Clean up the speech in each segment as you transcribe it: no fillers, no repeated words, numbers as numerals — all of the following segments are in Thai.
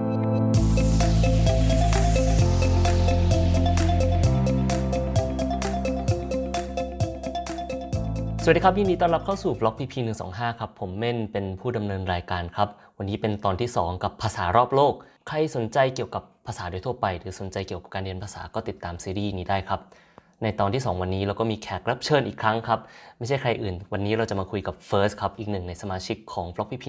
สวัสดีครับยินดีต้อนรับเข้าสู่บล็อก PP 125ครับผมเม่นเป็นผู้ดำเนินรายการครับวันนี้เป็นตอนที่2กับภาษารอบโลกใครสนใจเกี่ยวกับภาษาโดยทั่วไปหรือสนใจเกี่ยวกับการเรียนภาษาก็ติดตามซีรีส์นี้ได้ครับในตอนที่2วันนี้เราก็มีแขกรับเชิญอีกครั้งครับไม่ใช่ใครอื่นวันนี้เราจะมาคุยกับเฟิร์สครับอีกหนึ่งในสมาชิกของบล็อก PP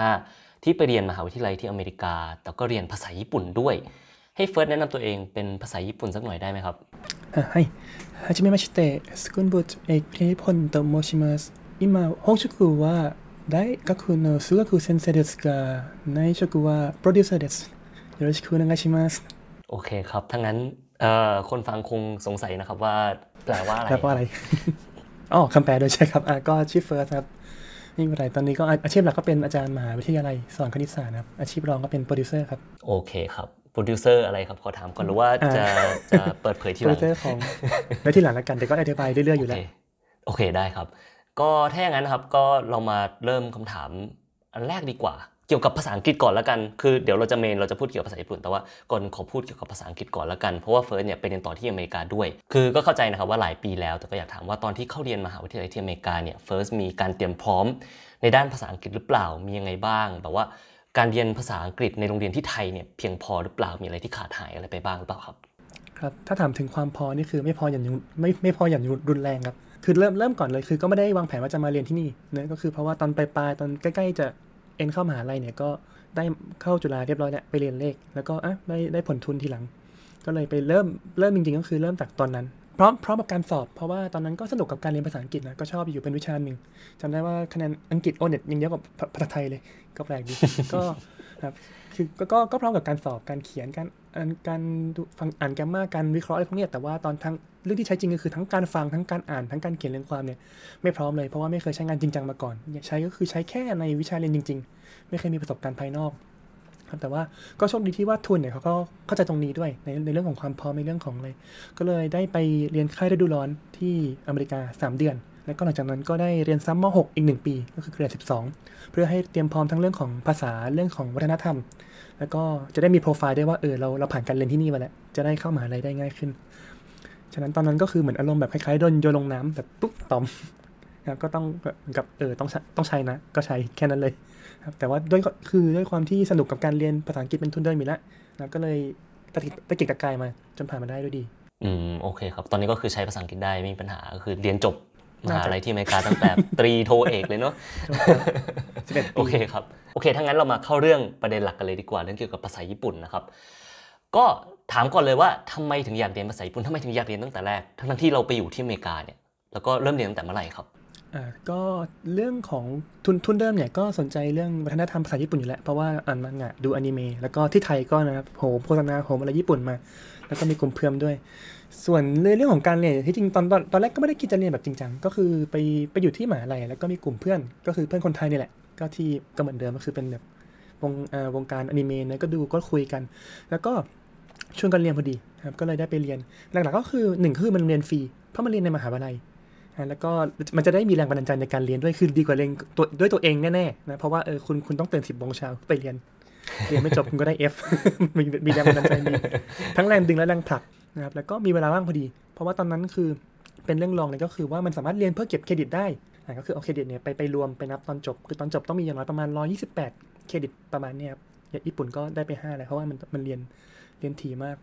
125ที่ไปเรียนมหาวิทยาลัยที่อเมริกาแต่ก็เรียนภาษาญี่ปุ่นด้วยให้เฟิร์สแนะนำตัวเองเป็นภาษาญี่ปุ่นสักหน่อยได้ไหมครับはい。はじめまして、スクンブッチクリポンと申します。今、本職は大学の数学先生ですが、内職はプロデューサーです。よろしくお願いします。 โอเคครับถ้างั้นคนฟังคงสงสัยนะครับว่าแปลว่าอะไรแปลว่าอะไร อ๋อคำแปลด้วยใช่ครับก็ชื่อเฟิร์สครับนี่เป็นไรตอนนี้ก็อาชีพหลักก็เป็นอาจารย์มหาวิทยาลัยสอนคณิตศาสตร์ครับอาชีพรองก็เป็นโปรดิวเซอร์ครับโอเคครับโปรดิวเซอร์อะไรครับขอถามก่อนหรือว่าจะเปิดเผยทีหลังโปรดิวเซอร์ของไว้ทีหลังแล้วกันแต่ก็อธิบายเรื่อยๆอยู่แล้วโอเคได้ครับก็ถ้าอย่างนั้นนะครับก็เรามาเริ่มคำถามอันแรกดีกว่าเกี่ยวกับภาษาอังกฤษก่อนแล้วกันคือเดี๋ยวเราจะพูดเกี่ยวกับภาษาญี่ปุ่นแต่ว่าก่อนขอพูดเกี่ยวกับภาษาอังกฤษก่อนแล้วกันเพราะว่าเฟิร์สเนี่ยไปเรียนต่อที่อเมริกาด้วยคือก็เข้าใจนะครับว่าหลายปีแล้วแต่ก็อยากถามว่าตอนที่เข้าเรียนมหาวิทยาลัยที่อเมริกาเนี่ยเฟิร์สมีการเตรียมพร้อมในด้านภาษาอังกฤษหรือเปล่ามียังไงบ้างแบบว่าการเรียนภาษาอังกฤษในโรงเรียนที่ไทยเนี่ยเพียงพอหรือเปล่ามีอะไรที่ขาดหายอะไรไปบ้างหรือเปล่าครับครับถ้าถามถึงความพอนี่คือไม่พออย่างไม่พออย่างรุนแรงครับคือเริ่มก่อนเลยคือก็ไม่ได้วางแผนว่าจะมาเรียนที่นี่นะก็คือเพราะว่าตอนปลายตอนใกล้ๆจะเข้ามหาลัยเนี่ยก็ได้เข้าจุฬาเรียบร้อยแล้วไปเรียนเลขแล้วก็ได้ผลทุนทีหลังก็เลยไปเริ่มจริงๆก็คือเริ่มจากตอนนั้นพร้อมกับการสอบเพราะว่าตอนนั้นก็สนุกกับการเรียนภาษาอังกฤษนะก็ชอบอยู่เป็นวิชาหนึ่งจำได้ว่าคะแนนอังกฤษ O-NET ยังเยอะกว่าภาษาไทยเลยก็แปลกดี ก็ครับคือก็พร้อมกับการสอบการเขียนการฟังอ่านแกรมมาการวิเคราะห์อะไรพวกนี้แต่ว่าตอนทั้งเรื่องที่ใช้จริงก็คือทั้งการฟังทั้งการอ่านทั้งการเขียนเรียงความเนี่ยไม่พร้อมเลยเพราะว่าไม่เคยใช้งานจริงจังมาก่อนใช้ก็คือใช้แค่ในวิชาเรียนจริงๆไม่เคยมีประสบการณ์ภายนอกครับแต่ว่าก็โชคดีที่ว่าทุนเนี่ยเขาก็เข้าใจตรงนี้ด้วยในเรื่องของความพร้อมในเรื่องของอะไรก็เลยได้ไปเรียนค่ายฤดูร้อนที่อเมริกา3 เดือนแล้วก็หลังจากนั้นก็ได้เรียนซ้ำม.6 อีก1 ปีก็คือเกรด12เพื่อให้เตรียมพร้อมทั้งเรื่องของภาษาเรื่องของวัฒนธรรมแล้วก็จะได้มีโปรไฟล์ได้ว่าเราผ่านการเรียนที่นี่มาแล้วจะได้เข้ามหาลัยได้ง่ายขึ้นฉะนั้นตอนนั้นก็คือเหมือนอารมณ์แบบคล้ายๆโดนโยนลงน้ำแบบปุ๊บตอมนะก็ต้องกับต้องใช้นะก็ใช้แค่นั้นเลยครับแต่ว่าด้วยความที่สนุกกับการเรียนภาษาอังกฤษเป็นทุนเดิมอยู่แล้วนะก็เลยตะเกียกตะกายมาจนผ่านมาได้ด้วยดีโอเคครับตอนนี้ก็คือใช้ภาษาอังกฤษได้ไม่มีปัญหาก็คือเรียนจบมหาลัยที่อเมริกาตั้งแต่ตรีโทเอกเลยเนาะโอเคครับโอเคถ้างั้นเรามาเข้าเรื่องประเด็นหลักกันเลยดีกว่าเรื่องเกี่ยวกับภาษาญี่ปุ่นนะครับก็ถามก่อนเลยว่าทำไมถึงอยากเรียนภาษาญี่ปุ่นทำไมถึงอยากเรียนตั้งแต่แรกทั้งที่เราไปอยู่ที่อเมริกาเนี่ยแล้วก็เริ่มเรียนตั้งแต่เมื่อไหร่ครับก็เรื่องของทุนเดิมเนี่ยก็สนใจเรื่องวัฒนธรรมภาษาญี่ปุ่นอยู่แล้วเพราะว่าอ่านมังงะดูอนิเมะแล้วก็ที่ไทยก็นะครับโหโฆษณาโหอะไรญี่ปุ่นมาแล้วก็มีกลุ่มเพื่อนด้วยส่วนเรื่องของการเรียนที่จริงตอนแรกก็ไม่ได้คิดจะเรียนแบบจริงจังก็คือไปอยู่ที่มหาลัยแล้วก็มีกลุ่มเพื่อนก็คือเพื่อนคนไทยนี่แหละก็เหมือนเดิมก็คือเป็นแบบวงการอนิเมะนะก็ดูก็คุยกันแล้วก็ชวนกันเรียนพอดีครับก็เลยได้ไปเรียนหลักๆก็คือ1คือมันเรียนฟรีเพราะมันเรียนในมหาวิทยาลัยแล้วก็มันจะได้มีแรงบันดาลใจในการเรียนด้วยคือดีกว่าเรียนด้วยตัวเองแน่ๆนะเพราะว่าคุณต้องตื่น 10 โมงเช้าไปเรียนไม่จบคุณก็ได้ F มีแรงบันดาลใจมีทั้งแรงดึงและแรงผลักนะครับแล้วก็มีเวลาว่างพอดีเพราะว่าตอนนั้นคือเป็นเรื่องรองเลยก็คือว่ามันสามารถเรียนเพื่อเก็บเครดิตได้ก็คือเอาเครดิตเนี่ยไปรวมไปนับตอนจบคือตอนจบต้องมีอย่างน้อยประมาณ128เครดิตประมาณนี้ครับญี่ปุ่นก็ได้ไป5เลยเพราะว่ามันเรียนถี่มาก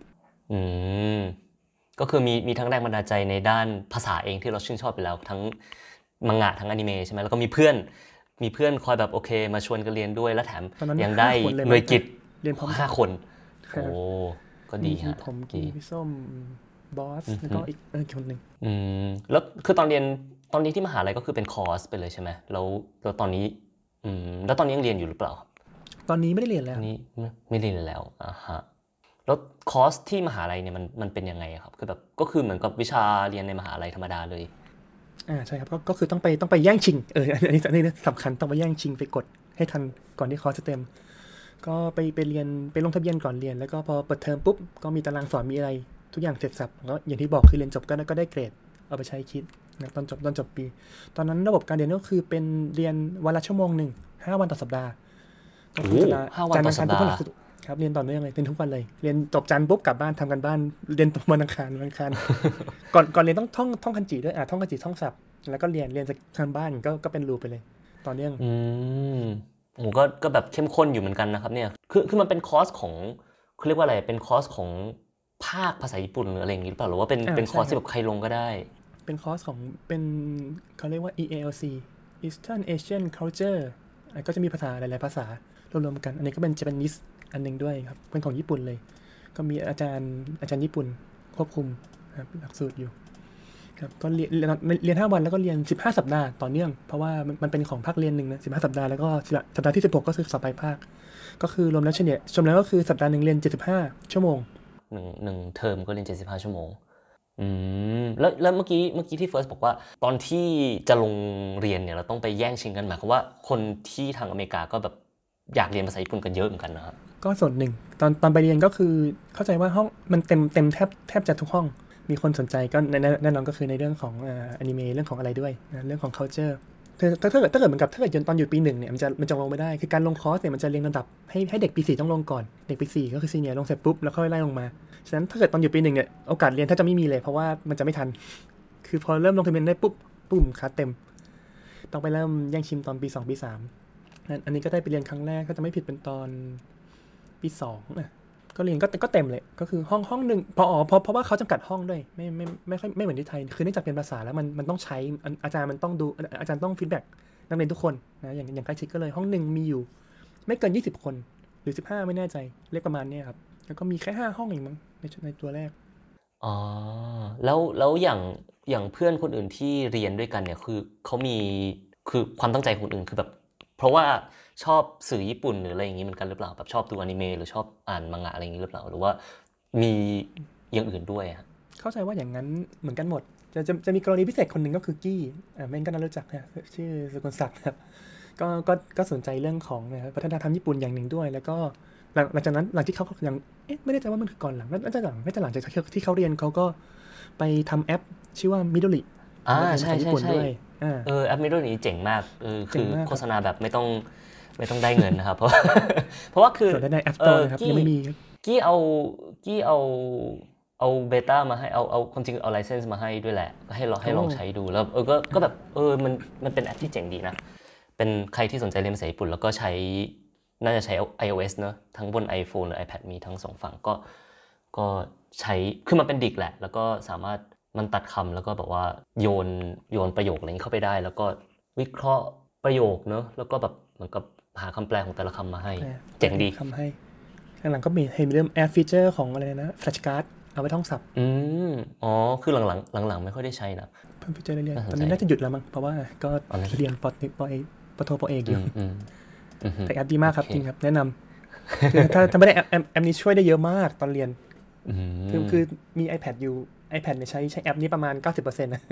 ก็คือมีทั้งแรงบันดาลใจในด้านภาษาเองที่เราชื่นชอบอยู่แล้วทั้งมังงะทั้งอนิเมะใช่ไหมแล้วก็มีเพื่อนคอยแบบโอเคมาชวนกันเรียนด้วยแล้วแถมยังได้หน่วยกิตเรียนพร้อม 5 คนโอ้ก็ดีฮะผมพี่ส้มบอสแล้วก็อีกคนนึงแล้วคือตอนเรียนที่มหาลัยก็คือเป็นคอร์สไปเลยใช่ไหมแล้วตอนนี้แล้วตอนนี้ยังเรียนอยู่หรือเปล่าตอนนี้ไม่ได้เรียนแล้วนี่ไม่ได้เรียนแล้วฮะแล้วคอร์สที่มหาลัยเนี่ยมันเป็นยังไงครับคือแบบก็คือเหมือนกับวิชาเรียนในมหาลัยธรรมดาเลยใช่ครับก็คือต้องไปแย่งชิงอันนี้สำคัญต้องไปแย่งชิงไปกดให้ทันก่อนที่คอร์สจะเต็มก็ไปเรียนไปลงทะเบียนก่อนเรียนแล้วก็พอเปิดเทอมปุ๊บก็มีตารางสอนมีอะไรทุกอย่างเสร็จสับแล้วอย่างที่บอกคือเรียนจบก็ได้เกรดเอาไปใช้คิดนะตอนจบปีตอนนั้นระบบการเรียนก็คือเป็นเรียนวันละชั่วโมงนึง5 วันต่อสัปดาห์ก็คือ5 วันต่อสัปดาห์ครับเรียนต่อเนื่องเลยเรียนทุกวันเลยเรียนจบจันทร์ปุ๊บกลับบ้านทำกันบ้านเรียนวันอังคารก่อนเรียนต้องท่องคันจิด้วยท่องคันจิท่องศัพท์แล้วก็เรียนจากทางบ้านก็เป็นรูปไปเลยต่อเนื่องโอ้ก็แบบเข้มข้นอยู่เหมือนกันนะครับเนี่ยคือมันเป็นคอร์สของเขาเรียกว่าอะไรเป็นคอร์สของภาคภาษาญี่ปุ่นหรืออะไรอย่างนี้หรือเปล่าหรือว่าเป็นคอร์สที่แบบใครลงก็ได้เป็นคอร์สของเป็นเขาเรียกว่า EALC Eastern Asian Culture ก็จะมีภาษาหลายๆภาษารวมๆกันอันนี้ก็เป็น Japanese อันนึงด้วยครับเป็นของญี่ปุ่นเลยก็มีอาจารย์ญี่ปุ่นควบคุมครับหลักสูตรอยู่ครับก็เรียน5วันแล้วก็เรียน15สัปดาห์ต่อเนื่องเพราะว่ามันเป็นของภาคเรียนนึงนะ15สัปดาห์แล้วก็สัปดาห์ที่16ก็คือสอบปลายภาคก็คือรวมแล้วเฉลี่ยแล้วก็คือสัปดาห์นึงเรียน75ชั่วโมงหนึ่งเทอมก็เรียน75ชั่วโมงแล้วเมื่อกี้ที่เฟิร์สบอกว่าตอนที่จะลงเรียนเนี่ยเราต้องไปแย่งชิงกันหมายความว่าคนที่ทางอเมริกาก็แบบอยากเรียนภาษาญี่ปุ่นกันเยอะเหมือนกันนะครับก็ส่วนหนึ่งตอนไปเรียนก็คือเข้าใจว่าห้องมันเต็มแทบจะทุกห้องมีคนสนใจก็แน่นอนก็คือในเรื่องของอนิเมะเรื่องของอะไรด้วยนะเรื่องของ culture ถ้าเกิดเหมือนกับถ้าเกิดตอนอยู่ปี1เนี่ยมันจะลงไม่ได้คือการลงคอร์สเนี่ยมันจะเรียงลำดับให้เด็กปี4ต้องลงก่อนเด็กปี4ก็คือซีเนียร์ลงเสร็จปุ๊บแล้วค่อยไล่ลงมาฉะนั้นถ้าเกิดตอนอยู่ปี1เนี่ยโอกาสเรียนถ้าจะไม่มีเลยเพราะว่ามันจะไม่ทันคือพอเริ่มลงทะเบียนได้ปุ๊บปุ่มคัสเต็มต้องไปเริ่มแย่งชิมตอนปี2ปี3อันนี้ก็ได้ไปเรียนครั้งแรกก็จะไม่ผิดเป็นตอนปี2ก็เรียนก็เต็มเลยก็คือห้องนึงเพราะว่าเขาจำกัดห้องด้วยไม่ค่อยไม่เหมือนที่ไทยคือเนื่องจากเป็นภาษาแล้วมันต้องใช้อาจารย์มันต้องดูอาจารย์ต้องฟีดแบ็กนักเรียนทุกคนนะอย่างใกล้ชิดก็เลยห้องนึงมีอยู่ไม่เกิน20คนหรือ15ไม่แน่ใจเลขประมาณนี้ครับแล้วก็มีแค่5ห้องเองมั้งในตัวแรกอ๋อแล้วอย่างเพื่อนคนอื่นที่เรียนด้วยกันเนี่ยคือเขามีคือความตั้งใจของคนอื่นคือแบบเพราะว่าชอบสื่อญี่ปุ่นหรืออะไรอย่างนี้เหมือนกันหรือเปล่าแบบชอบดูอนิเมะหรือชอบอ่านมังงะอะไรอย่างนี้หรือเปล่าหรือว่ามีอย่างอื่นด้วยฮะเข้าใจว่าอย่างนั้นเหมือนกันหมดจะมีกรณีพิเศษคนหนึ่งก็คือกี้เม่นก็น่ารู้จักนะชื่อสกุลศักดิ์ครับก็สนใจเรื่องของวัฒนธรรมญี่ปุ่นอย่างหนึ่งด้วยแล้วก็หลังจากนั้นหลังที่เขายังไม่แน่ใจว่ามันคือก่อนหลังน่าจะหลังจากที่เขาเรียนเขาก็ไปทำแอปชื่อว่ามิโดริใช่ญี่ปุ่นด้วยแอปมิโดริเจ๋งมากคือโฆษณาแบบไม่ต้องได้เงินนะครับเพราะว่าคือได้ในแอปสโตร์นะครับยังไม่มีกี้เอาเบต้ามาให้เอาความจริงเอาไลเซนส์มาให้ด้วยแหละให้ลองใช้ดูแล้วก็แบบมันเป็นแอปที่เจ๋งดีนะเป็นใครที่สนใจเรียนภาษาญี่ปุ่นแล้วก็ใช้น่าจะใช้ iOS เนอะทั้งบน iPhone หรือ iPad มีทั้ง2ฝั่งก็ใช้คือมันเป็นดิกแหละแล้วก็สามารถมันตัดคำแล้วก็แบบว่าโยนประโยคอะไรนี้เข้าไปได้แล้วก็วิเคราะห์ประโยคเนอะแล้วก็แบบเหมือนกับหาคำแปลของแต่ละคำมาให้เจ๋งดีคำให้หลังก็มีเริ่มแอดฟีเจอร์ของอะไรนะแฟลชการ์ดเอาไว้ท่องศัพท์คือหลังไม่ค่อยได้ใช้นะเพิ่มฟีเจอร์เรื่อยๆตอนนี้น่าจะหยุดแล้วมั้งเพราะว่าก็เรียนปโทปเอกอยู่แต่แอปดีมากครับจริงครับแนะนำคือถ้าไม่ได้แอปนี้ช่วยได้เยอะมากตอนเรียนคือมี iPad อยู่ iPad เนี่ยใช้แอปนี้ประมาณ 90% นะ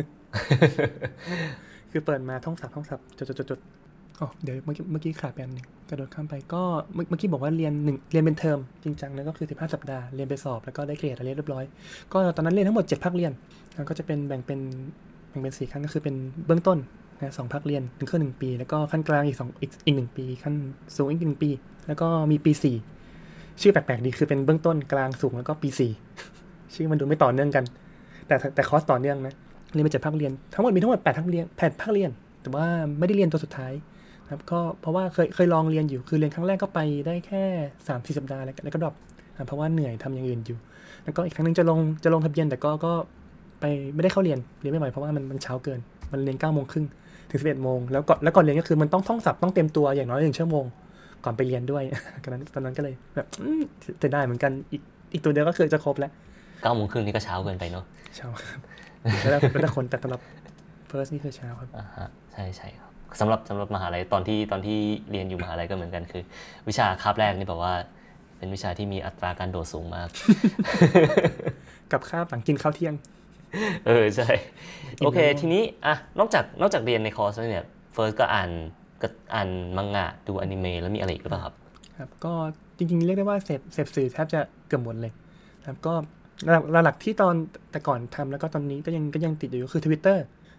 คือเปิดมาท่องศัพท์จดเดี๋ยวเมื่อกี้ขาดไปอันนึงกระโดดข้ามไปก็เมื่อกี้บอกว่าเรียนเป็นเทอมจริงจังแล้วก็คือ15สัปดาห์เรียนไปสอบแล้วก็ได้เกรดอะไรเรียบร้อยก็ตอนนั้นเรียนทั้งหมด7ภาคเรียนแล้วก็จะเป็นแบ่งเป็น4ขั้นก็คือเป็นเบื้องต้นนะ2ภาคเรียน1คือ1ปีแล้วก็ขั้นกลางอีก1ปีขั้นสูงอีก1ปีแล้วก็มีปี4ชื่อแปลกๆดีคือเป็นเบื้องต้นกลางสูงแล้วก็ปี4ชื่อมันดูไม่ต่อเนื่องกันแต่คอร์สต่อเนื่องนะเรียนไป7ภาคเรียนทั้งหมดมีทั้งหมด8ภาคเรียนแต่ว่าไม่ได้เรียนตัวสุดท้ายครับก็เพราะว่าเคยลองเรียนอยู่คือเรียนครั้งแรกก็ไปได้แค่ 3-4 สัปดาห์แล้วก็ดรอปเพราะว่าเหนื่อยทำอย่างอื่นอยู่แล้วก็อีกครั้งนึงจะลงทะเบียนแต่ก็ไปไม่ได้เข้าเรียนไม่ไหวเพราะว่ามันเช้าเกินมันเรียน 9:30 นถึง 11:00 นแล้วก่อนเรียนก็คือมันต้องท่องศัพท์ต้องเต็มตัวอย่างน้อย1 ชั่วโมงก่อนไปเรียนด้วยตอนนั้นก็เลยแบบจะได้เหมือนกันอีกตัวเดียวก็คือจะครบแล้ว 9:30 นนี่ก็เช้าเกินไปเนาะเช้าแล้วแต่คนแต่สำหรับ first นี่คือเช้าครับใช่ครับสำหรับมหาลัยตอนที่เรียนอยู่มหาลัยก็เหมือนกันคือวิชาคาบแรกนี่แบบว่าเป็นวิชาที่มีอัตราการโดดสูงมากกับคาบหลังกินข้าวเที่ยงใช่โอเคทีนี้นอกจากเรียนในคอร์สแล้วเนี่ยเฟิร์สก็อ่านมังงะดูอนิเมะแล้วมีอะไรอีกหรือเปล่าครับก็จริงๆเรียกได้ว่าเสพสื่อแทบจะเกือบหมดเลยครับก็หลักที่ตอนแต่ก่อนทำแล้วก็ตอนนี้ก็ยังติดอยู่คือ Twitter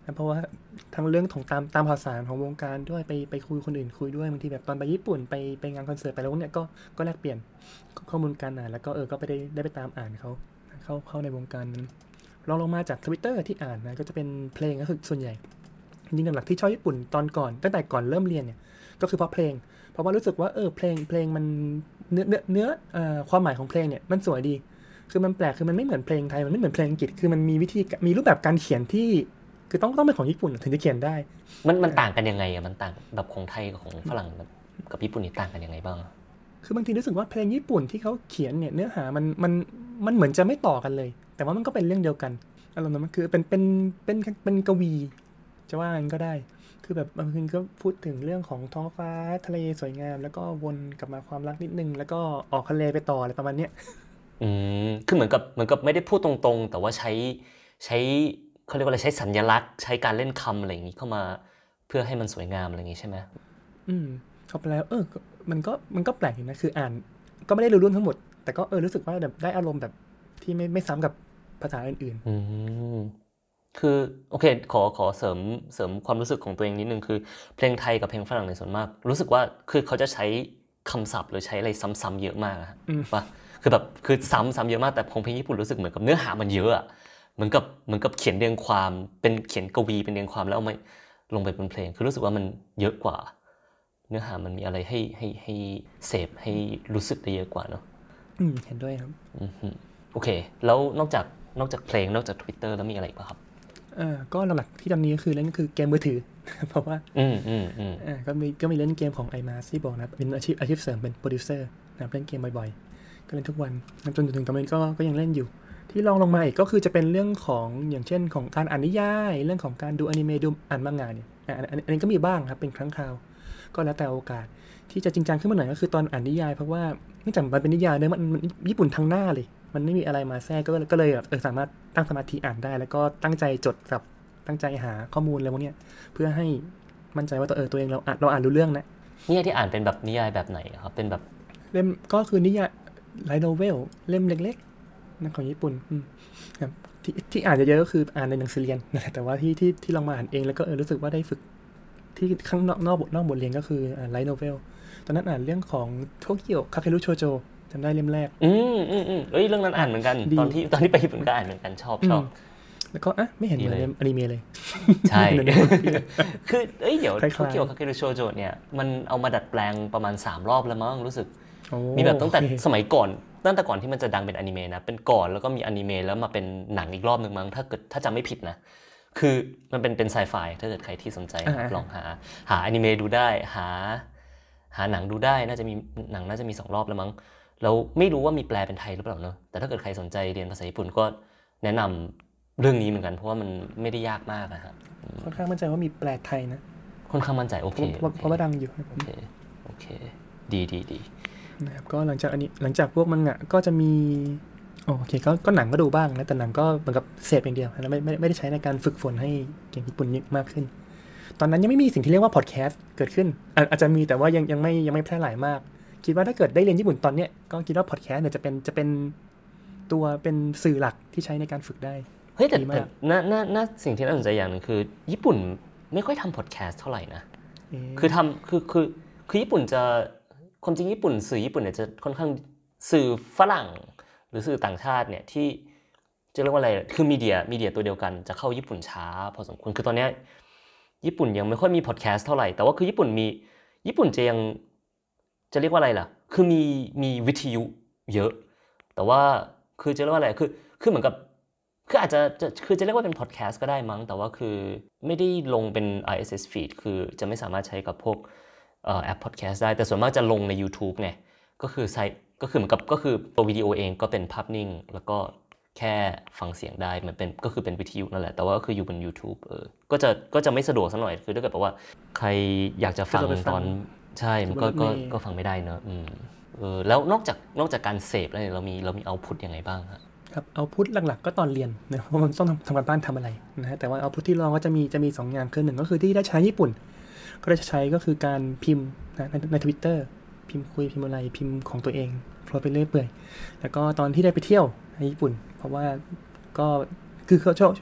เพราะว่าทั้งเรื่องของตามข่าวสารของวงการด้วยไปคุยคนอื่นคุยด้วยบางทีแบบตอนไปญี่ปุ่นไปงานคอนเสิร์ตไปแล้วเนี่ยก็แลกเปลี่ยนข้อมูลการอ่านแล้วก็ก็ไปได้ไปตามอ่านเขาเข้าในวงการนั้นลงมาจาก Twitter ที่อ่านนะก็จะเป็นเพลงก็คือส่วนใหญ่จริงๆหลักๆที่ชอบญี่ปุ่นตอนก่อนตั้งแต่ก่อนเริ่มเรียนเนี่ยก็คือเพราะเพลงเพราะว่ารู้สึกว่าเพลงมันเนื้อความหมายของเพลงเนี่ยมันสวยดีคือมันแปลกคือมันไม่เหมือนเพลงไทยมันไม่เหมือนเพลงอังกฤษคือมันมีรูปแบบการเขียนที่คือต้องเป็นของญี่ปุ่นถึงจะเขียนได้มันต่างกันยังไงมันต่างแบบของไทยกับของฝรั่งกับญี่ปุ่นนี่ต่างกันยังไงบ้างคือบางทีรู้สึกว่าเพลงญี่ปุ่นที่เขาเขียนเนี่ยเนื้อหามันเหมือนจะไม่ต่อกันเลยแต่ว่ามันก็เป็นเรื่องเดียวกันอารมณ์นั้นมันคือเป็นกวีจะว่างั้นก็ได้คือแบบบางทีก็พูดถึงเรื่องของท้องฟ้าทะเลสวยงามแล้วก็วนกลับมาความรักนิดนึงแล้วก็ออกทะเลไปต่ออะไรประมาณเนี้ยคือเหมือนกับไม่ได้พูดตรงๆแต่ว่าใช้เขาเรียกว่าอะไรใช้สัญลักษณ์ใช้การเล่นคำอะไรอย่างนี้เข้ามาเพื่อให้มันสวยงามอะไรอย่างนี้ใช่ไหมเข้าไปแล้วมันก็แปลกอยู่นะคืออ่านก็ไม่ได้รู้เรื่องทั้งหมดแต่ก็รู้สึกว่าแบบได้อารมณ์แบบที่ไม่ซ้ำกับภาษาอื่นคือโอเคขอเสริมความรู้สึกของตัวเองนิดนึงคือเพลงไทยกับเพลงฝรั่งในส่วนมากรู้สึกว่าคือเขาจะใช้คำศัพท์หรือใช้อะไรซ้ำๆเยอะมากป่ะคือแบบคือซ้ำเยอะมากแต่ของเพลงญี่ปุ่นรู้สึกเหมือนกับเนื้อหามันเยอะเหมือนกับเขียนเรียงความเป็นเขียนกวีเป็นเรียงความแล้วเอามาลงไปบนเพลงคือรู้สึกว่ามันเยอะกว่าเนื้อหามันมีอะไรให้เสพให้รู้สึกได้เยอะกว่าเนาะเห็นด้วยครับโอเคแล้วนอกจากเพลงนอกจาก Twitter แล้วมีอะไรอีกป่ะครับก็หลักๆที่ตอนนี้คือเล่นก็คือเกมมือถือเพราะว่าก็มีเล่นเกมของ iMas ที่บอกนะเป็นอาชีพเสริมเป็นโปรดิวเซอร์นะเล่นเกมบ่อยๆก็เล่นทุกวันจนถึงตอนนี้ก็ยังเล่นอยู่ที่ลงมาอีกก็คือจะเป็นเรื่องของอย่างเช่นของการอ่านนิยายเรื่องของการดูอนิเมะดูอ่านมังงะเนี่ยอันนี้ก็มีบ้างครับเป็นครั้งคราวก็แล้วแต่โอกาสที่จะจริงจังขึ้นมาหน่อยก็คือตอนอ่านนิยายเพราะว่าเนื่องจากมันเป็นนิยายเนี่ยมันญี่ปุ่นทั้งหน้าเลยมันไม่มีอะไรมาแทรกก็เลยแบบสามารถตั้งสมาธิอ่านได้แล้วก็ตั้งใจจดกับตั้งใจหาข้อมูลอะไรพวกนี้เพื่อให้มั่นใจว่าตัวเองเราอ่านรู้เรื่องนะนิยายที่อ่านเป็นแบบนิยายแบบไหนครับเป็นแบบเล่มก็คือนิยายไลท์โนเวลเล่มเล็กๆนั่นของญี่ปุ่นครับที่อ่านเยอะๆก็คืออ่านในหนังสือเรียนแต่ว่าที่ลองมาอ่านเองแล้วก็รู้สึกว่าได้ฝึกที่ข้างนอกบทเรียนก็คือไลท์โนเวลตอนนั้นอ่านเรื่องของโตเกียวคาเครุโชโจจำได้เล่มแรกเรื่องนั้นอ่านเหมือนกันตอนที่ไปญี่ปุ่นก็อ่านเหมือนกันชอบแล้วก็ไม่เห็นเหมือนอนิเมะเลยใช่คือเดี๋ยวโตเกียวคาเครุโชโจเนี่ยมันเอามาดัดแปลงประมาณ3รอบแล้วมั้งรู้สึกมีแบบตั้งแต่สมัยก่อนตั้งแต่ก่อนที่มันจะดังเป็นอนิเมะนะเป็นก่อนแล้วก็มีอนิเมะแล้วมาเป็นหนังอีกรอบนึงมั้งถ้าจำไม่ผิดนะคือมันเป็นไซไฟถ้าเกิดใครที่สนใจลองหาอนิเมะดูได้หาหนังดูได้น่าจะมีหนังน่าจะมี2รอบแล้วมั้งแล้วไม่รู้ว่ามีแปลเป็นไทยหรือเปล่าเนอะแต่ถ้าเกิดใครสนใจเรียนภาษาญี่ปุ่นก็แนะนำเรื่องนี้เหมือนกันเพราะว่ามันไม่ได้ยากมากนะครับค่อนข้างมั่นใจว่ามีแปลไทยนะค่อนข้างมั่นใจโอเคเพราะว่าดังอยู่โอเคดีนะครับก็หลังจากพวกมังงะก็จะมีโอเคก็หนังก็ดูบ้างนะแต่หนังก็เหมือนกับเสพอย่างเดียวแล้วไม่ได้ใช้ในการฝึกฝนให้เก่งญี่ปุ่นมากขึ้นตอนนั้นยังไม่มีสิ่งที่เรียกว่าพอดแคสต์เกิดขึ้นอาจจะมีแต่ว่ายังไม่แพร่หลายมากคิดว่าถ้าเกิดได้เรียนญี่ปุ่นตอนเนี้ยก็คิดว่าพอดแคสต์เนี่ยจะเป็นตัวเป็นสื่อหลักที่ใช้ในการฝึกได้เฮ้ยแต่น่าสิ่งที่น่าสนใจอย่างนึงคือญี่ปุ่นไม่ค่อยทำพอดแคสต์เท่าไหร่นะคือทำคือญี่ปุ่นจะความจริงญี่ปุ่นสื่อญี่ปุ่นเนี่ยจะค่อนข้างสื่อฝรั่งหรือสื่อต่างชาติเนี่ยที่จะเรียกว่าอะไรคือมีเดียตัวเดียวกันจะเข้าญี่ปุ่นช้าพอสมควรคือตอนนี้ญี่ปุ่นยังไม่ค่อยมีพอดแคสต์เท่าไหร่แต่ว่าคือญี่ปุ่นจะยังจะเรียกว่าอะไรล่ะคือมีวิทยุเยอะแต่ว่าคือจะเรียกว่าอะไรคือเหมือนกับคืออาจจะคือจะเรียกว่าเป็นพอดแคสต์ก็ได้มั้งแต่ว่าคือไม่ได้ลงเป็น RSS feed คือจะไม่สามารถใช้กับพวกแอปพอดแคสต์ได้แต่ส่วนมากจะลงใน YouTube ไงก็คือเหมือนกับก็คือตัววิดีโอเองก็เป็นภาพนิ่งแล้วก็แค่ฟังเสียงได้มันเป็นก็คือเป็นวิทยุนั่นแหละแต่ว่าก็คืออยู่บน YouTube ก็จะไม่สะดวกสักหน่อยคือถ้าเกิดว่าใครอยากจะฟังตอนใช่มันก็ฟังไม่ได้เนอะแล้วนอกจากการเสพแล้วเนี่ยเรามีเอาพุตยังไงบ้างครับเอาพุตหลักๆก็ตอนเรียนนะเพราะมันต้องทำการบ้านทำอะไรนะฮะแต่ว่าเอาพุตที่ลองก็จะมี2อย่างคือ1ก็คือที่ได้ใช้ญี่ปุ่นก็ได้ใช้ก็คือการพิมพ์นะใน Twitter พิมพ์คุยพิมพ์อะไรพิมพ์ของตัวเองโพสไปเรื่อยเปื่อยแล้วก็ตอนที่ได้ไปเที่ยวในญี่ปุ่นเพราะว่าก็คือเขา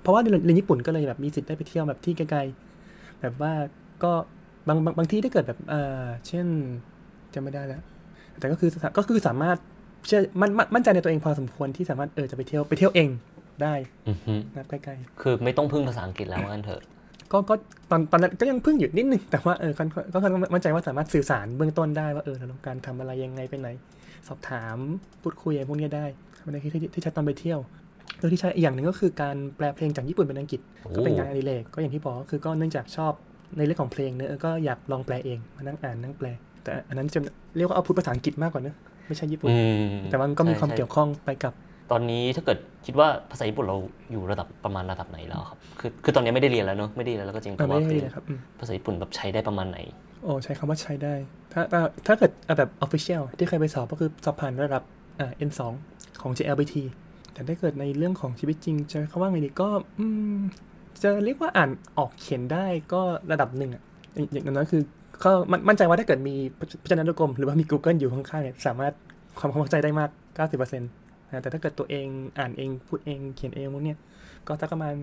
เพราะว่าเรียนญี่ปุ่นก็เลยแบบมีสิทธิ์ได้ไปเที่ยวแบบที่ไกลๆแบบว่าก็บางที่ถ้าเกิดแบบเช่นจำไม่ได้แล้วแต่ก็คือสามารถเชื่อมั่นใจในตัวเองพอสมควรที่สามารถจะไปเที่ยวเองได้อือฮึนะใกล้ๆคือไม่ต้องพึ่งภาษาอังกฤษแล้วงั้นเถอะก็ตอนนั้นก็ยังพึ่งอยู่นิดนึงแต่ว่าก็มั่นใจว่าสามารถสื่อสารเบื้องต้นได้ว่าเราต้องการทำอะไรยังไงไปไหนสอบถามพูดคุยอะไรพวกนี้ได้ในที่ใช้ตอนไปเที่ยวโดยที่ใช้อีกอย่างหนึ่งก็คือการแปลเพลงจากญี่ปุ่นเป็นอังกฤษก็เป็นงานอดิเรกก็อย่างที่บอกก็คือก็เนื่องจากชอบในเรื่องของเพลงเนอะก็อยากลองแปลเองมานั่งอ่านนั่งแปลแต่อันนั้นจะเรียกว่าเอาพูดภาษาอังกฤษมากกว่าเนอะไม่ใช่ญี่ปุ่นแต่มันก็มีความเกี่ยวข้องไปกับตอนนี้ถ้าเกิดคิดว่าภาษาญี่ปุ่นเราอยู่ประมาณระดับไหนแล้วครับคือตอนนี้ไม่ได้เรียนแล้วเนอะไม่ได้เรียนแล้วก็จริงแต่ว่าภาษาญี่ปุ่นแบบใช้ได้ประมาณไหนใช้คำว่าใช้ได้ถ้าเกิดแบบ official ที่เคยไปสอบก็คือสอบผ่านระดับN2 ของ JLPT แต่ถ้าเกิดในเรื่องของชีวิตจริงจะคำว่าไงดีก็จะเรียกว่าอ่านออกเขียนได้ก็ระดับหนึ่งอย่างนั้นคือก็มั่นใจว่าถ้าเกิดมีพจนานุกรมหรือว่ามี Google อยู่ข้างๆเนี่ยสามารถความเข้าใจได้มาก 90%แต่ถ้าเกิดตัวเองอ่านเองพูดเองเขียนเองพวกเนี้ยก็สักประมาณ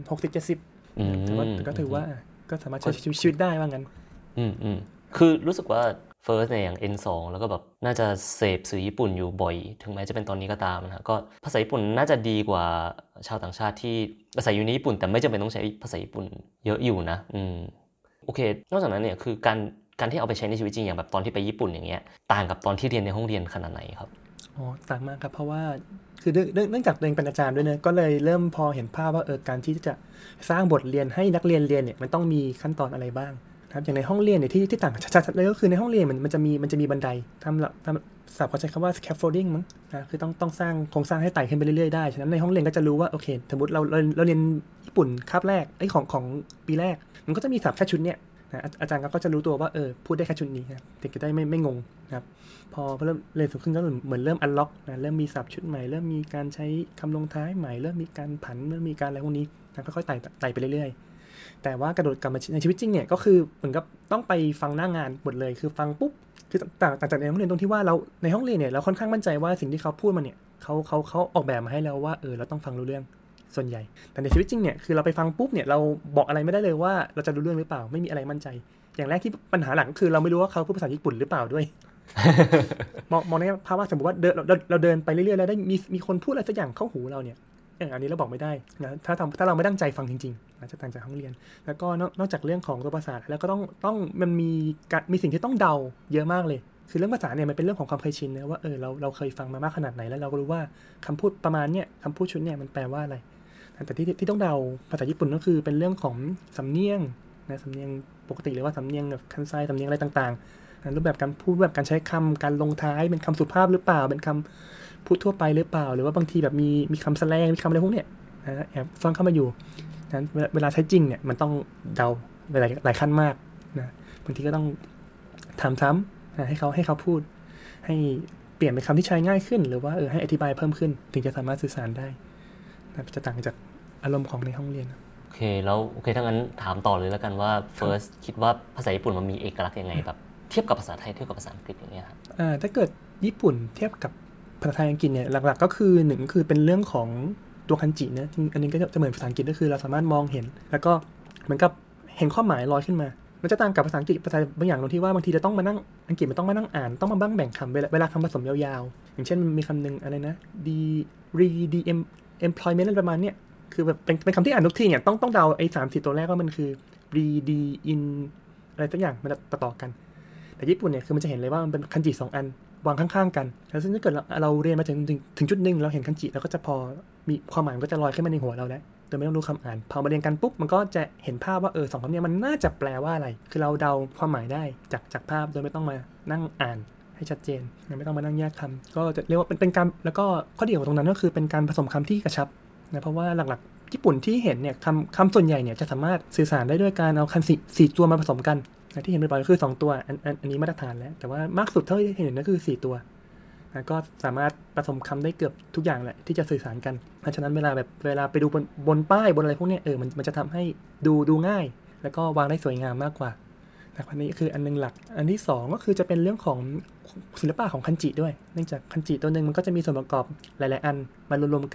60-70 แต่ว่าก็ถือว่าก็สามารถใช้ชีวิตได้ว่างั้นคือรู้สึกว่า First เนี่ยอย่าง N2 แล้วก็แบบน่าจะเสพสื่อญี่ปุ่นอยู่บ่อยถึงแม้จะเป็นตอนนี้ก็ตามนะก็ภาษาญี่ปุ่นน่าจะดีกว่าชาวต่างชาติที่อาศัยอยู่ในญี่ปุ่นแต่ไม่จำเป็นต้องใช้ภาษาญี่ปุ่นเยอะอยู่นะโอเคนอกจากนั้นเนี่ยคือการที่เอาไปใช้ในชีวิตจริงอย่างแบบตอนที่ไปญี่ปุ่นอย่างเงี้ยต่างกับตอนที่เรียนในห้องเรียนขนาดไหนครับต่างมากครับเพราะว่าคือเนื่องจากตัวเองเป็นอาจารย์ด้วยเนอะก็เลยเริ่มพอเห็นภาพว่าการที่จะสร้างบทเรียนให้นักเรียนเรียนเนี่ยมันต้องมีขั้นตอนอะไรบ้างครับอย่างในห้องเรียนเนี่ยที่ต่างชัดๆเลยก็คือในห้องเรียนมันจะมีบันไดทำศัพท์เขาใช้คำว่า scaffolding มั้งนะคือต้องสร้างโครงสร้างให้ไต่ขึ้นไปเรื่อยๆได้ฉะนั้นในห้องเรียนก็จะรู้ว่าโอเคสมมติเราเรียนญี่ปุ่นคาบแรกของปีแรกมันก็จะมีศัพท์แค่ชุดเนี่ยนะอาจารย์ก็จะรู้ตัวว่าพูดได้แค่ชุดนี้นะเด็กจะได้ไม่งงนะครับพอเริ่มเรียนสูงขึ้นก็เหมือนเริ่มอันล็อกนะเริ่มมีศัพท์ชุดใหม่เริ่มมีการใช้คำลงท้ายใหม่เริ่มมีการผันเริ่มมีการอะไรพวกนี้นะค่อยๆไต่ไปเรื่อยๆแต่ว่ากระโดดกลับมาในชีวิตจริงเนี่ยก็คือเหมือนกับต้องไปฟังหน้างานหมดเลยคือฟังปุ๊บคือต่างจากในห้องเรียนตรงที่ว่าเราในห้องเรียนเนี่ยเราค่อนข้างมั่นใจว่าสิ่งที่เขาพูดมาเนี่ยเขาออกแบบมาให้แล้วว่าเราต้องฟังรู้เรื่องส่วนใหญ่แต่ในชีวิตจริงเนี่ยคือเราไปฟังปุ๊บเนี่ยเราบอกอะไรไม่ได้เลยว่าเราจะรู้เรื่องหรือเปล่าไม่มีอะไรมั่นใจอย่างแรกที่ปัญหาหลักก็คือเราไม่รู้ว่าเขาพูดภาษาญี่ปุ่นหรือเปล่าด้วย มองในภาวะสมมติว่าเราเดินไปเรื่อยๆแล้วได้มีคนพูดอะไรสักอย่างเข้าหูเราเนี่ยอันนี้เราบอกไม่ได้นะถ้าเราไม่ตั้งใจฟังจริงๆอาจจะต่างจากห้องเรียนแล้วก็นอกจากเรื่องของตัวภาษาแล้วก็ต้องมันมีสิ่งที่ต้องเดาเยอะมากเลยคือเรื่องภาษาเนี่ยมันเป็นเรื่องของความเคยชินนะว่าเราเคยฟังมามากขนาดไหนแล้วเราก็รู้ว่าคำพูดประมาณเนี่ยคำพูดชุดเนี่ยมันแปลว่าอะไรแต่ที่ต้องเดาภาษาญี่ปุ่นก็คือเป็นเรื่องของสำเนียงนะสำเนียงปกติหรือว่าสำเนียงแบบคันไซสำเนียงอะไรต่างๆรูปแบบการพูดแบบการใช้คำการลงท้ายเป็นคำสุภาพหรือเปล่าเป็นคำพูดทั่วไปหรือเปล่าหรือว่าบางทีแบบมีคำแสลงมีคำอะไรพวกเนี้ยนะแอบซ่อนเข้ามาอยู่นั้นเวลาใช้จริงเนี่ยมันต้องเดาหลายขั้นมากนะบางทีก็ต้องถามซ้ำให้เขาพูดให้เปลี่ยนเป็นคำที่ใช้ง่ายขึ้นหรือว่าให้อธิบายเพิ่มขึ้นถึงจะสามารถสื่อสารได้นะจะต่างจากอารมณ์ของในห้องเรียนโอเคแล้วโอเคถ้างั้นถามต่อเลยแล้วกันว่า First คิดว่าภาษาญี่ปุ่นมันมีเอกลักษณ์ยังไงแบบเทียบกับภาษาไทยเทียบกับภาษาอังกฤษอย่างเงี้ยครับถ้าเกิดญี่ปุ่นเทียบกับภาษาไทยอังกฤษเนี่ยหลักๆก็คือหนึ่งคือเป็นเรื่องของตัวคันจินะอันนี้ก็จะเหมือนภาษาอังกฤษก็คือเราสามารถมองเห็นแล้วก็เหมือนกับเห็นข้อหมายลอยขึ้นมามันจะต่างกับภาษาอังกฤษภาษาบางอย่างตรงที่ว่าบางทีจะต้องมานั่งอังกฤษมันต้องมานั่งอ่านต้องมาบ้างแบ่งคำเวลาคำผสมยาวๆอย่างเช่นมีคำหนึ่งอะไรนะ employment อะไรประมาณเนี้ยคือแบบเป็นคำที่อ่านทุกทีเนี่ยต้องเดาไอ้3-4ตัวแรกว่ามันคือ in อะไรสักอย่างมันต่อกันแต่ญี่ปุ่นเนี่ยคือมันจะเห็นเลยว่ามันเป็นคันจิ2อันวางข้างๆกันแล้วซึ่งถ้าเกิดเราเรียนมาถึงจุดนึงเราเห็นคันจิเราก็จะพอมีความหมายมันก็จะลอยขึ้นมาในหัวเราแล้วโดยไม่ต้องรู้คำอ่านพอมาเรียนกันปุ๊บมันก็จะเห็นภาพว่าสองคำนี้มันน่าจะแปลว่าอะไรคือเราเดาความหมายได้จากภาพโดยไม่ต้องมานั่งอ่านให้ชัดเจนไม่ต้องมานั่งแยกคำก็จะเรียกว่าเป็นการแล้วก็ข้อดีของตรงนั้นก็คือเป็นการผสมคำที่กระชับนะเพราะว่าหลักๆญี่ปุ่นที่เห็นเนี่ยคำส่วนใหญ่เนี่ยจะสามารถสื่อสารได้ด้วยการเอาคันสี่ตัวมาผสมกันที่เห็นบ่อยๆก็คือ2ตัวอันนี้มาตรฐานแล้วแต่ว่ามากสุดเท่าที่เห็นก็คือ4ตัวก็สามารถผสมคำได้เกือบทุกอย่างแหละที่จะสื่อสารกันเพราะฉะนั้นเวลาไปดูบนป้ายบนอะไรพวกนี้มันจะทำให้ดูง่ายแล้วก็วางได้สวยงามมากกว่าอันนี้คืออันนึงหลักอันที่2ก็คือจะเป็นเรื่องของศิลปะของคันจิด้วยเนื่องจากคันจิตัวนึงมันก็จะมีส่วนประกอบหลายๆอันมารวมๆกัน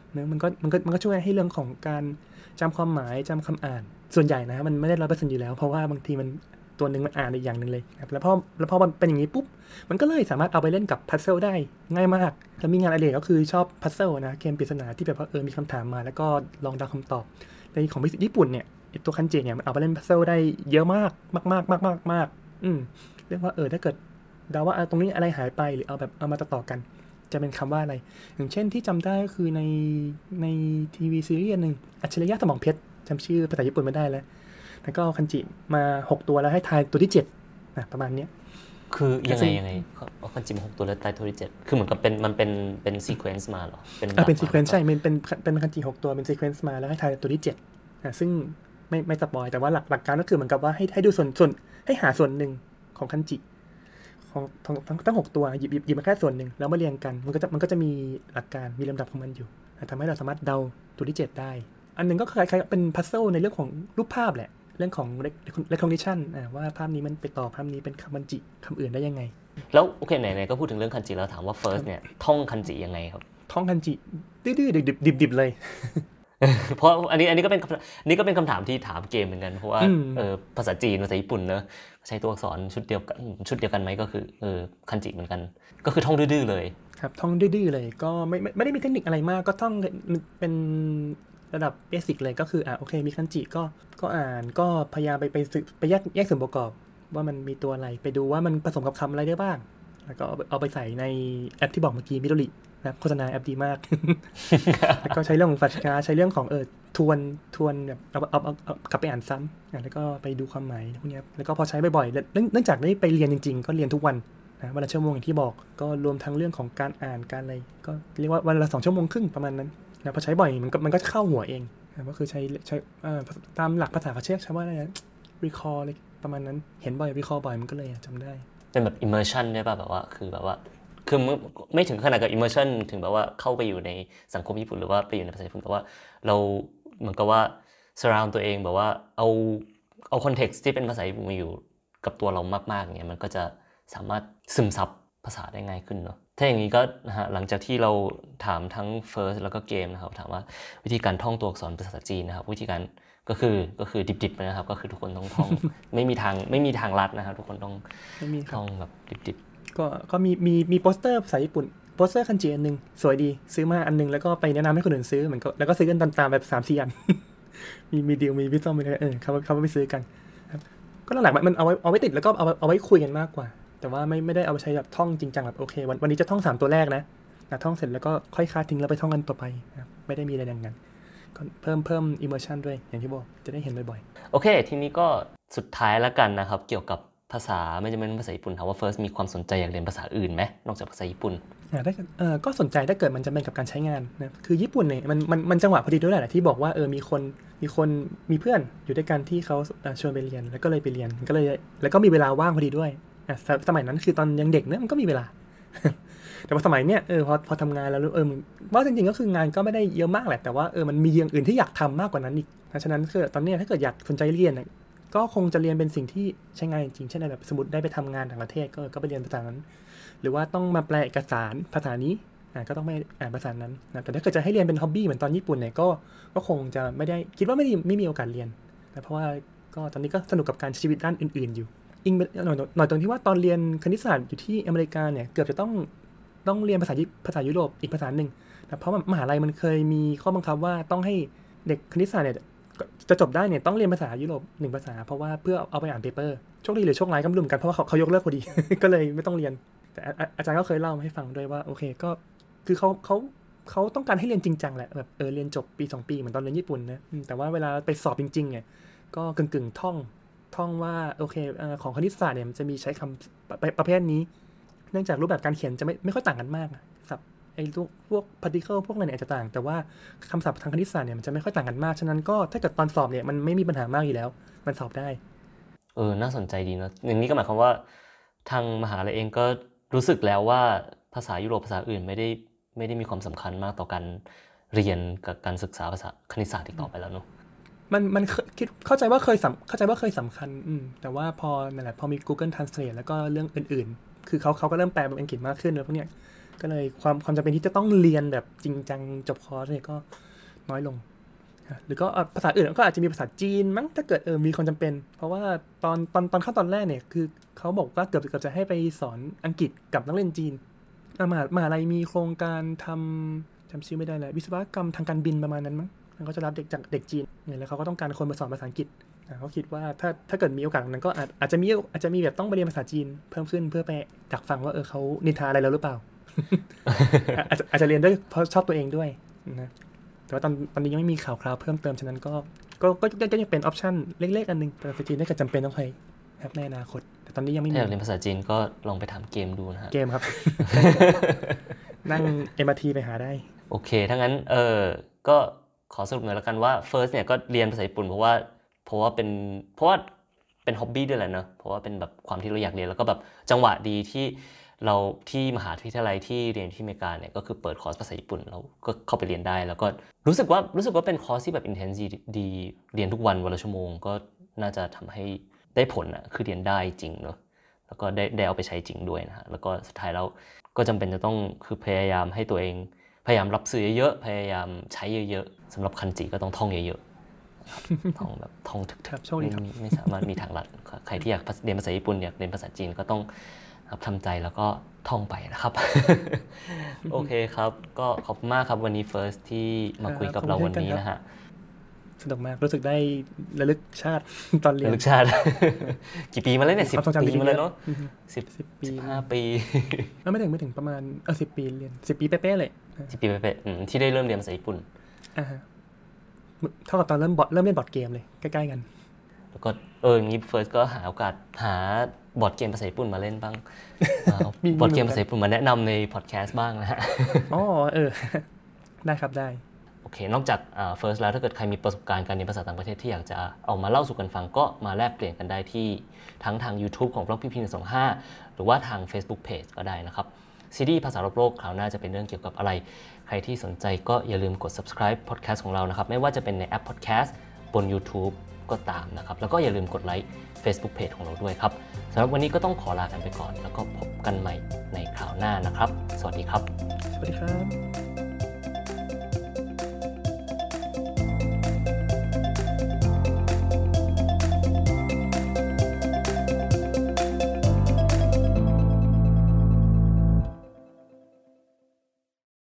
นะมันก็ช่วยให้เรื่องของการจำความหมายจำคำอ่านส่วนใหญ่นะมันไม่ได้100%อยู่แล้วเพราะว่าบางทีมันตัวหนึ่งมันอ่านอีกอย่างหนึ่งเลยครับแล้วพอมันเป็นอย่างนี้ปุ๊บมันก็เลยสามารถเอาไปเล่นกับพัซเซิลได้ง่ายมากแล้วมีงานอดิเรกก็คือชอบพัซเซิลนะเกมปริศนาที่แบบว่ามีคำถามมาแล้วก็ลองเดาคำตอบในของญี่ปุ่นเนี่ยตัวคันจิเนี่ยมันเอาไปเล่นพัซเซิลได้เยอะมากมากเรียกว่าถ้าเกิดเดาว่าตรงนี้อะไรหายไปหรือเอามาต่อกันจะเป็นคำว่าอะไรอย่างเช่นที่จำได้ก็คือในทีวีซีรีส์นึงอัจฉริยะสมองเพชรจำชื่อภาษาญี่ปุ่นไม่ได้แล้วก็คันจิมา6ตัวแล้วให้ทายตัวที่7นะประมาณนี้คือยังไงเอาคันจิมา6ตัวแล้วตายตัวที่7คือเหมือนกับมันเป็นซีเควนซ์มาเหรอเป็นซีเควนซ์ใช่เป็นคันจิ6ตัวเป็นซีเควนซ์มาแล้วให้ทายตัวที่7ซึ่งไม่สปอยแต่ว่าหลักการก็คือเหมือนกับว่าให้ดูส่วนให้หาส่วนหนึ่งของคันจิของทั้ง6ตัวหยิบมาแค่ส่วนหนึ่งแล้วมาเรียงกันมันก็จะมีหลักการมีลำดับของมันอยู่ทำให้เราสามารถเดาตัวที่7ได้อันนึงก็คล้ายๆเป็นพัซเซิลในเรื่องของรูปภาพแหละเรื่องของ recognition ว่าภาพนี้มันไปต่อภาพนี้เป็นคันจิคำอื่นได้ยังไงแล้วโอเคไหนๆก็พูดถึงเรื่องคันจิแล้วถามว่า first เนี่ยท่องคันจิยังไงครับท่องคันจิดื้อๆดิบๆเลยเพราะอันนี้ก็เป็นคำถามที่ถามเกมเหมือนกันเพราะว่าภาษาจีนภาษาญี่ปุ่นเนอะใช้ตัวอักษรชุดเดียวกันไหมก็คือคันจิเหมือนกันก็คือท่องดื้อๆเลยครับท่องดื้อๆเลยก็ไม่ได้มีเทคนิคอะไรมากก็ท่องเป็นระดับเบสิกเลยก็คือโอเคมีคันจิก็อ่านก็พยายามไปแยกส่วนประกอบว่ามันมีตัวอะไรไปดูว่ามันผสมกับคำอะไรได้บ้างแล้วก็เอาไปใส่ในแอปที่บอกเมื่อกี้มิโดรินะโฆษณาแอปดีมาก แล้วก็ใช้เรื่องของฟาชิกาใช้เรื่องของทวนแบบเอากลับไปอ่านซ้ำแล้วก็ไปดูความหมายพวกนี้แล้วก็พอใช้บ่อยๆเนื่องจากได้ไปเรียนจริงๆก็เรียนทุกวันนะวันละชั่วโมงอย่างที่บอกก็รวมทั้งเรื่องของการอ่านการอะไรก็เรียกว่าวันละ2 ชั่วโมงครึ่งประมาณนั้นแล้วพอใช้บ่อยมันก็เข้าหัวเองก็คือใช้ตามหลักภาษาเขาใช้ว่าอะไร recall เลยประมาณนั้นเห็นบ่อย recall บ่อยมันก็เลยจำได้เป็นแบบ immersion ได้ป่ะแบบว่าคือไม่ถึงขนาดกับ immersion ถึงแบบว่าเข้าไปอยู่ในสังคมญี่ปุ่นหรือว่าไปอยู่ในภาษาญี่ปุ่นแต่ว่าเราเหมือนกับว่า surround ตัวเองแบบว่าเอา context ที่เป็นภาษาญี่ปุ่นมาอยู่กับตัวเรามากๆเนี่ยมันก็จะสามารถซึมซับภาษาได้ง่ายขึ้นเนาะถ้าอย่างนี้ก็นะฮะหลังจากที่เราถามทั้ง first แล้วก็เกมนะครับถามว่าวิธีการท่องตัวอักษรภาษาจีนนะครับวิธีการก็คือดิบๆนะครับก็คือทุกคนต้องท่อง ไม่มีทางลัดนะครับทุกคนต้องท่องแบบดิบก็มีโปสเตอร์ภาษาญี่ปุ่นโปสเตอร์คันจิอันนึงสวยดีซื้อมาอันนึงแล้วก็ไปแนะนำให้คนอื่นซื้อเหมือนก็แล้วก็ซื้อกันตามแบบ 3-4 อัน มีดีลมีวิซอมมีอะไรเขาไปซื้อกันครับก็หลักๆมันเอาไว้ติดแล้วก็เอาไว้คุยกันมากกว่าแต่ว่าไม่ได้เอาไปใช้แบบท่องจริงจังแบบโอเควันนี้จะท่อง3ตัวแรกนะท่องเสร็จแล้วก็ค่อยคาทิ้งแล้วไปท่องกันต่อไปไม่ได้มีอะไรอย่างนั้นก็เพิ่ม immersion ด้วยอย่างที่บอกจะได้เห็นบ่อยๆโอเคทีนี้ก็สุดท้ายแล้วกันนะครับเกี่ยวกับภาษาไม่จำเป็นภาษาญี่ปุ่นถามว่า first มีความสนใจอยากเรียนภาษาอื่นไหมนอกจากภาษาญี่ปุ่นก็สนใจถ้าเกิดมันจะเป็นกับการใช้งานนะคือญี่ปุ่นเนี่ยมันจังหวะพอดีด้วยแหละที่บอกว่ามีเพื่อนอยู่ด้วยกันที่เขาชวนไปเรียนแล้วก็เลยไปเรียนก็เลยแล้วก็มีเวลาว่างพอดีด้วยสมัยนั้นคือตอนยังเด็กเนี่ยมันก็มีเวลา แต่พอสมัยเนี้ยพอทำงานแล้วว่าจริงๆก็คืองานก็ไม่ได้เยอะมากแหละแต่ว่ามันมีอย่างอื่นที่อยากทำมากกว่านั้นอีกฉะนั้นคือตอนนี้ถ้าเกิดอยากสนใจเรียนก็คงจะเรียนเป็นสิ่งที่ใช้งานจริงเช่นแบบสมมติได้ไปทำงานต่างประเทศก็ไปเรียนภาษานั้นหรือว่าต้องมาแปลเอกสารภาษานี้ก็ต้องไม่อ่านภาษานั้นนะแต่ถ้าเกิดจะให้เรียนเป็นฮ็อบบี้เหมือนตอนญี่ปุ่นเนี่ยก็คงจะไม่ได้คิดว่าไม่มีโอกาสเรียนเพราะว่าก็ตอนนี้ก็สนุกกับการใช้ชีวิตด้านอื่นๆอยู่อิงหน่อยตรงที่ว่าตอนเรียนคณิตศาสตร์อยู่ที่อเมริกาเนี่ยเกือบจะต้องเรียนภาษายุโรปอีกภาษาหนึ่งนะเพราะมหาลัยมันเคยมีข้อบังคับว่าต้องให้เด็กคณิตศาสตร์เนี่ยจะจบได้เนี่ยต้องเรียนภาษายุโรป1 ภาษาเพราะว่าเพื่อเอาไปอ่านเปเปอร์โชคดีหรือโชคร้ายก็ไม่รู้เหมือนกันเพราะว่าเขายกเลิกพอดี ก็เลยไม่ต้องเรียนแต่อาจารย์ก็เคยเล่าให้ฟังด้วยว่าโอเคก็คือเขาต้องการให้เรียนจริงจังแหละแบบเรียนจบปี2 ปีเหมือนตอนเรียนญี่ปุ่นนะแต่ว่าเวลาไปสอบจริงๆเนี่ยก็กึ่งท่องว่าโอเคของคณิตศาสตร์เนี่ยมันจะมีใช้คำประเภทนี้เนื่องจากรูปแบบการเขียนจะไม่ค่อยต่างกันมากศัพท์พวก particle พวกอะไรเนี่ยอาจจะต่างแต่ว่าคำศัพท์ทางคณิตศาสตร์เนี่ยมันจะไม่ค่อยต่างกันมากฉะนั้นก็ถ้าเกิดตอนสอบเนี่ยมันไม่มีปัญหามากอยู่แล้วมันสอบได้น่าสนใจดีนะอย่างนี้ก็หมายความว่าทางมหาลัยเองก็รู้สึกแล้วว่าภาษายุโรปภาษาอื่นไม่ได้มีความสำคัญมากต่อการเรียนกับการศึกษาภาษาคณิตศาสตร์อีกต่อไปแล้วเนาะมันเข้าใจว่าเคยสำคัญแต่ว่าพอนั่นแหละพอมี Google Translate แล้วก็เรื่องอื่นๆคือเขาก็เริ่มแปลเป็นอังกฤษมากขึ้นแล้วพวกเนี้ยก็เลยความจำเป็นที่จะต้องเรียนแบบจริงจังจบคอร์สเนี่ยก็น้อยลงหรือก็ภาษาอื่นก็อาจจะมีภาษาจีนมั้งถ้าเกิดมีความจำเป็นเพราะว่าตอนเข้าตอนแรกเนี่ยคือเขาบอกว่าเกือบจะให้ไปสอนอังกฤษกับนักเรียนจีนมหาลัยมีโครงการจำชื่อไม่ได้แล้ววิศวกรรมทางการบินประมาณนั้นมั้งแล้วก็จะรับเด็กจากเด็กจีนเนี่ยแล้วเขาก็ต้องการคนมาสอนภาษาอังกฤษเขาคิดว่าถ้าเกิดมีโอกาสนั้นก็อาจจะมีแบบต้องไปเรียนภาษาจีนเพิ่มขึ้นเพื่อไปดักฟังว่าเขานินทาอะไรแล้วหรือเปล่า อาจจะเรียนด้วยเพราะชอบตัวเองด้วยนะแต่ว่าตอนนี้ยังไม่มีข่าวคราวเพิ่มเติมฉะนั้นก็ยังเป็นออปชั่นเล็กๆอันนึงแต่ภาษาจีนน่าจะจำเป็นต้องใช้ครับในอนาคตแต่ตอนนี้ยังไม่มีถ้าอยากเรียนภาษาจีนก็ลองไปถามเกมดูนะฮะเกมครับ นั่ง MRT ไปหาได้โอเคถ้างั้นก็ขอสรุปหน่อยแล้วกันว่า First เนี่ยก็เรียนภาษาญี่ปุ่นเพราะว่าเป็นฮ็อบบี้ด้วยแหละเนอะเพราะว่าเป็นแบบความที่เราอยากเรียนแล้วก็แบบจังหวะดีที่มหาวิทยาลัยที่เรียนที่อเมริกาเนี่ยก็คือเปิดคอร์สภาษาญี่ปุ่นเราก็เข้าไปเรียนได้แล้วก็รู้สึกว่าเป็นคอร์สที่แบบ intense ดีเรียนทุกวันละชั่วโมงก็น่าจะทำให้ได้ผลอ่ะคือเรียนได้จริงเนอะแล้วก็ได้เอาไปใช้จริงด้วยนะฮะแล้วก็สุดท้ายแล้วก็จำเป็นจะต้องคือพยายามให้ตัวเองพยายามรับสื่อเยอะๆพยายามใช้เยอะๆสำหรับคันจิก็ต้องท่องเยอะๆท่องแบบท่องถึกๆไม่สามารถมีทางลัดใครที่อยากเรียนภาษาญี่ปุ่นอยากเรียนภาษาจีนก็ต้องทำใจแล้วก็ท่องไปนะครับ โอเคครับก็ขอบคุณมากครับวันนี้ First ที่มาคุยกับเราวันนี้นะฮะสนุกมากรู้สึกได้ระลึกชาติตอนเรียนระลึกชาติ กี่ปีมาแล้วเนี่ย10 ปีมาแล้วเนาะ10 ปี15 ปีไม่ถึงประมาณ10 ปีเรียน10 ปีเป๊ะๆเลย 10 ปีเป๊ะๆที่ได้เริ่มเรียนภาษาญี่ปุ่นเท่ากับตอนเริ่มเล่นบอร์ดเกมเลยใกล้ๆกันแล้วก็งี้ First ก็หาโอกาสหาบอร์ดเกมภาษาญี่ปุ่นมาเล่นบ้างบอร์ดเกมภาษาญี่ปุ่นมาแนะนำในพอดแคสต์บ้างนะฮะได้ครับได้โอเคนอกจากFirst แล้วถ้าเกิดใครมีประสบการณ์การเรียนภาษาต่างประเทศที่อยากจะเอามาเล่าสู่กันฟังก็มาแลกเปลี่ยนกันได้ที่ทั้งทาง YouTube ของ Blog PP 125หรือว่าทาง Facebook Page ก็ได้นะครับซีรีส์ภาษารอบโลกคราวหน้าจะเป็นเรื่องเกี่ยวกับอะไรใครที่สนใจก็อย่าลืมกด Subscribe Podcast ของเรานะครับไม่ว่าจะเป็นในแอป Podcast บน YouTube ก็ตามนะครับแล้วก็อย่าลืมกดไลค์ Facebook Page ของเราด้วยครับสำหรับวันนี้ก็ต้องขอลากันไปก่อนแล้วก็พบกันใหม่ในคราวหน้านะครับสวัสดีครับสวัสดีครับ